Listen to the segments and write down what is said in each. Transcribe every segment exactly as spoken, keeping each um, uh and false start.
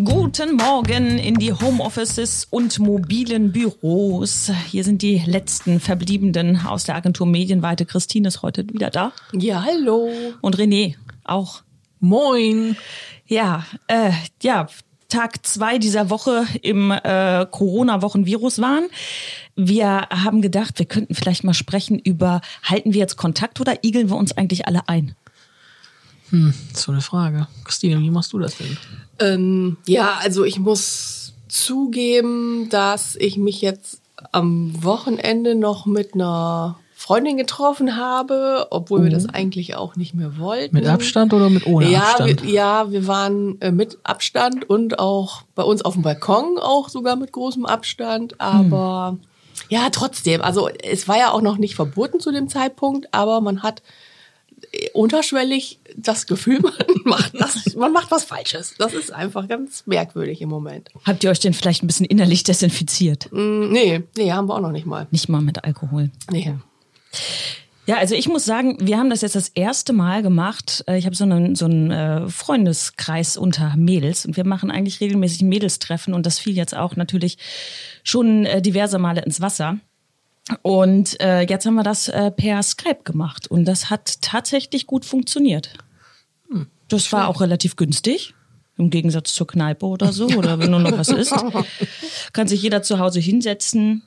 Guten Morgen in die Homeoffices und mobilen Büros. Hier sind die letzten Verbliebenen aus der Agentur Medienweite. Christine ist heute wieder da. Ja, hallo. Und René auch. Moin. Ja, äh, ja, Tag zwei dieser Woche im äh, Corona-Wochen-Virus-Wahn. Wir haben gedacht, wir könnten vielleicht mal sprechen über, halten wir jetzt Kontakt oder igeln wir uns eigentlich alle ein? Hm, so eine Frage. Christine, wie machst du das denn? Ähm, ja, also ich muss zugeben, dass ich mich jetzt am Wochenende noch mit einer Freundin getroffen habe, obwohl oh. wir das eigentlich auch nicht mehr wollten. Mit Abstand oder mit ohne ja, Abstand? Wir, ja, wir waren äh, mit Abstand und auch bei uns auf dem Balkon auch sogar mit großem Abstand. Aber hm. ja, trotzdem, also es war ja auch noch nicht verboten zu dem Zeitpunkt, aber man hat unterschwellig das Gefühl, man macht das, man macht was Falsches. Das ist einfach ganz merkwürdig im Moment. Habt ihr euch denn vielleicht ein bisschen innerlich desinfiziert? Mm, nee, nee, haben wir auch noch nicht mal. Nicht mal mit Alkohol? Nee. Ja, also ich muss sagen, wir haben das jetzt das erste Mal gemacht. Ich habe so einen, so einen Freundeskreis unter Mädels und wir machen eigentlich regelmäßig Mädelstreffen und das fiel jetzt auch natürlich schon diverse Male ins Wasser. Und äh, jetzt haben wir das äh, per Skype gemacht und das hat tatsächlich gut funktioniert. Hm, das war auch relativ günstig, im Gegensatz zur Kneipe oder so, oder wenn nur noch was ist. Kann sich jeder zu Hause hinsetzen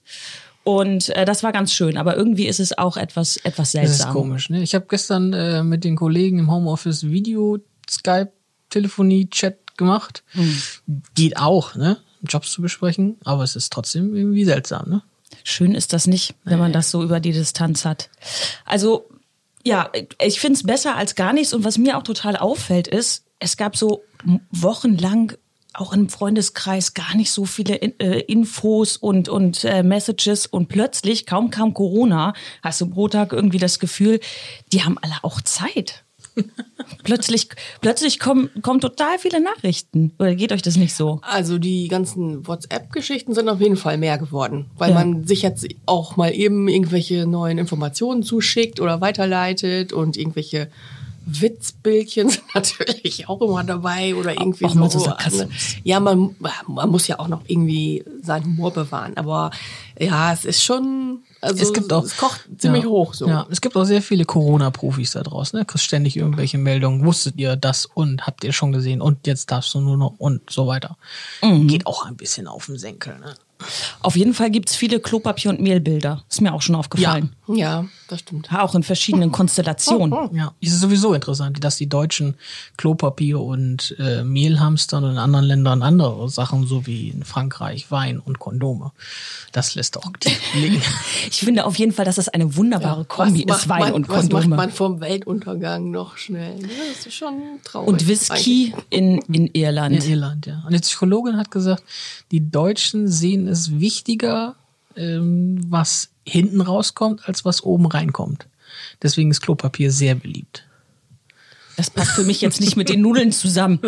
und äh, das war ganz schön, aber irgendwie ist es auch etwas etwas seltsam. Das ist komisch, ne? Ich habe gestern äh, mit den Kollegen im Homeoffice Video, Skype, Telefonie, Chat gemacht. Hm. Geht auch, ne? Jobs zu besprechen, aber es ist trotzdem irgendwie seltsam, ne? Schön ist das nicht, wenn man das so über die Distanz hat. Also ja, ich finde es besser als gar nichts. Und was mir auch total auffällt ist, es gab so wochenlang auch im Freundeskreis gar nicht so viele äh, Infos und, und äh, Messages. Und plötzlich, kaum kam Corona, hast du pro Tag irgendwie das Gefühl, die haben alle auch Zeit. Plötzlich, plötzlich kommen, kommen total viele Nachrichten. Oder geht euch das nicht so? Also die ganzen WhatsApp-Geschichten sind auf jeden Fall mehr geworden, weil ja. man sich jetzt auch mal eben irgendwelche neuen Informationen zuschickt oder weiterleitet und irgendwelche Witzbildchen sind natürlich auch immer dabei oder irgendwie auch, auch so. so ja, man, man muss ja auch noch irgendwie seinen Humor bewahren, aber ja, es ist schon, also es, gibt auch, es kocht ziemlich ja, hoch so. Ja, es gibt auch sehr viele Corona-Profis da draußen, ne? Kriegst ständig irgendwelche Meldungen, wusstet ihr das und habt ihr schon gesehen und jetzt darfst du nur noch und so weiter. Mhm. Geht auch ein bisschen auf den Senkel, ne? Auf jeden Fall gibt's viele Klopapier- und Mehlbilder. Ist mir auch schon aufgefallen. Ja, ja, das stimmt. Auch in verschiedenen Konstellationen. Oh, oh. Ja, es ist sowieso interessant, dass die Deutschen Klopapier und äh, Mehl hamstern und in anderen Ländern andere Sachen, so wie in Frankreich Wein und Kondome. Das lässt auch tief blicken. Ich finde auf jeden Fall, dass das eine wunderbare ja, Kombi ist, Wein man, und was Kondome. Was macht man vom Weltuntergang noch schnell? Das ist schon traurig. Und Whisky in, in Irland. In Irland, ja. Und die Psychologin hat gesagt, die Deutschen sehen es wichtiger, ähm, was hinten rauskommt, als was oben reinkommt. Deswegen ist Klopapier sehr beliebt. Das passt für mich jetzt nicht mit den Nudeln zusammen.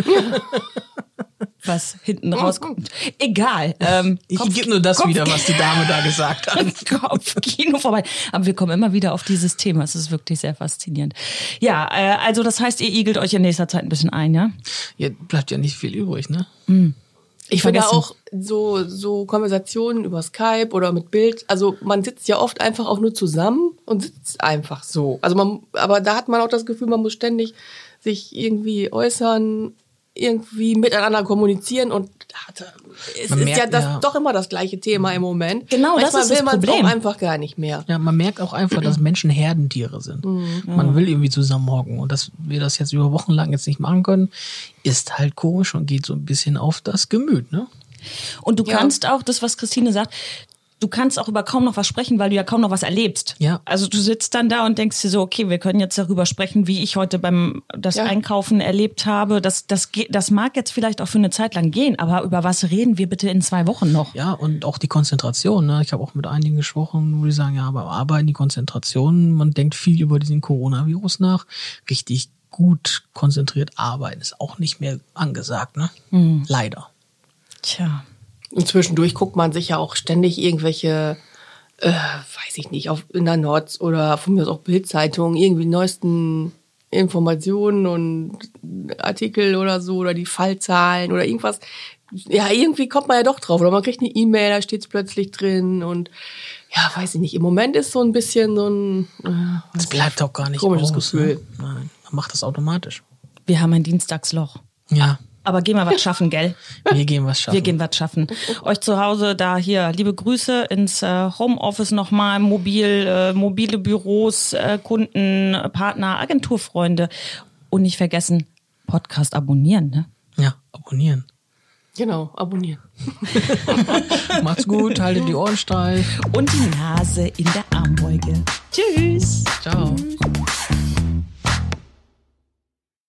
Was hinten rauskommt. Egal. Ähm, ich Kopf, gebe nur das Kopf, wieder, was die Dame da gesagt hat. Kopfkino vorbei. Aber wir kommen immer wieder auf dieses Thema. Es ist wirklich sehr faszinierend. Ja, äh, also das heißt, ihr igelt euch in nächster Zeit ein bisschen ein, ja? Ja, bleibt ja nicht viel übrig, ne? Mhm. Ich finde auch so, so Konversationen über Skype oder mit Bild, also man sitzt ja oft einfach auch nur zusammen und sitzt einfach so. Also man, aber da hat man auch das Gefühl, man muss ständig sich irgendwie äußern, irgendwie miteinander kommunizieren und es man ist merkt, ja, das, ja doch immer das gleiche Thema im Moment. Genau, Manchmal das ist das will Problem. Man auch einfach gar nicht mehr. Ja, man merkt auch einfach, dass Menschen Herdentiere sind. Mhm. Man will irgendwie zusammenhocken und dass wir das jetzt über Wochen lang jetzt nicht machen können, ist halt komisch und geht so ein bisschen auf das Gemüt, ne? Und du ja. kannst auch, das was Christine sagt, du kannst auch über kaum noch was sprechen, weil du ja kaum noch was erlebst. Ja. Also du sitzt dann da und denkst dir so, okay, wir können jetzt darüber sprechen, wie ich heute beim das ja. Einkaufen erlebt habe. Das, das, das mag jetzt vielleicht auch für eine Zeit lang gehen, aber über was reden wir bitte in zwei Wochen noch? Ja, und auch die Konzentration. Ne? Ich habe auch mit einigen gesprochen, wo die sagen, ja, aber Arbeiten, die Konzentration, man denkt viel über diesen Coronavirus nach. Richtig gut konzentriert arbeiten ist auch nicht mehr angesagt, ne? Mhm. Leider. Tja. Und zwischendurch guckt man sich ja auch ständig irgendwelche, äh, weiß ich nicht, auf in der Nord oder von mir aus auch Bild-Zeitungen, irgendwie neuesten Informationen und Artikel oder so oder die Fallzahlen oder irgendwas. Ja, irgendwie kommt man ja doch drauf. Oder man kriegt eine E-Mail, da steht es plötzlich drin und ja, weiß ich nicht. Im Moment ist so ein bisschen so ein äh, das bleibt doch gar nicht komisches aus, Gefühl. Ne? Nein, man macht das automatisch. Wir haben ein Dienstagsloch. Ja. Aber gehen wir was schaffen, gell? Wir gehen was schaffen. Wir gehen was schaffen. Euch zu Hause da hier, liebe Grüße ins äh, Homeoffice nochmal, mobil, äh, mobile Büros, äh, Kunden, Partner, Agenturfreunde. Und nicht vergessen, Podcast abonnieren, ne? Ja, abonnieren. Genau, abonnieren. Macht's gut, haltet die Ohren steif. Und die Nase in der Armbeuge. Tschüss. Ciao. Tschüss.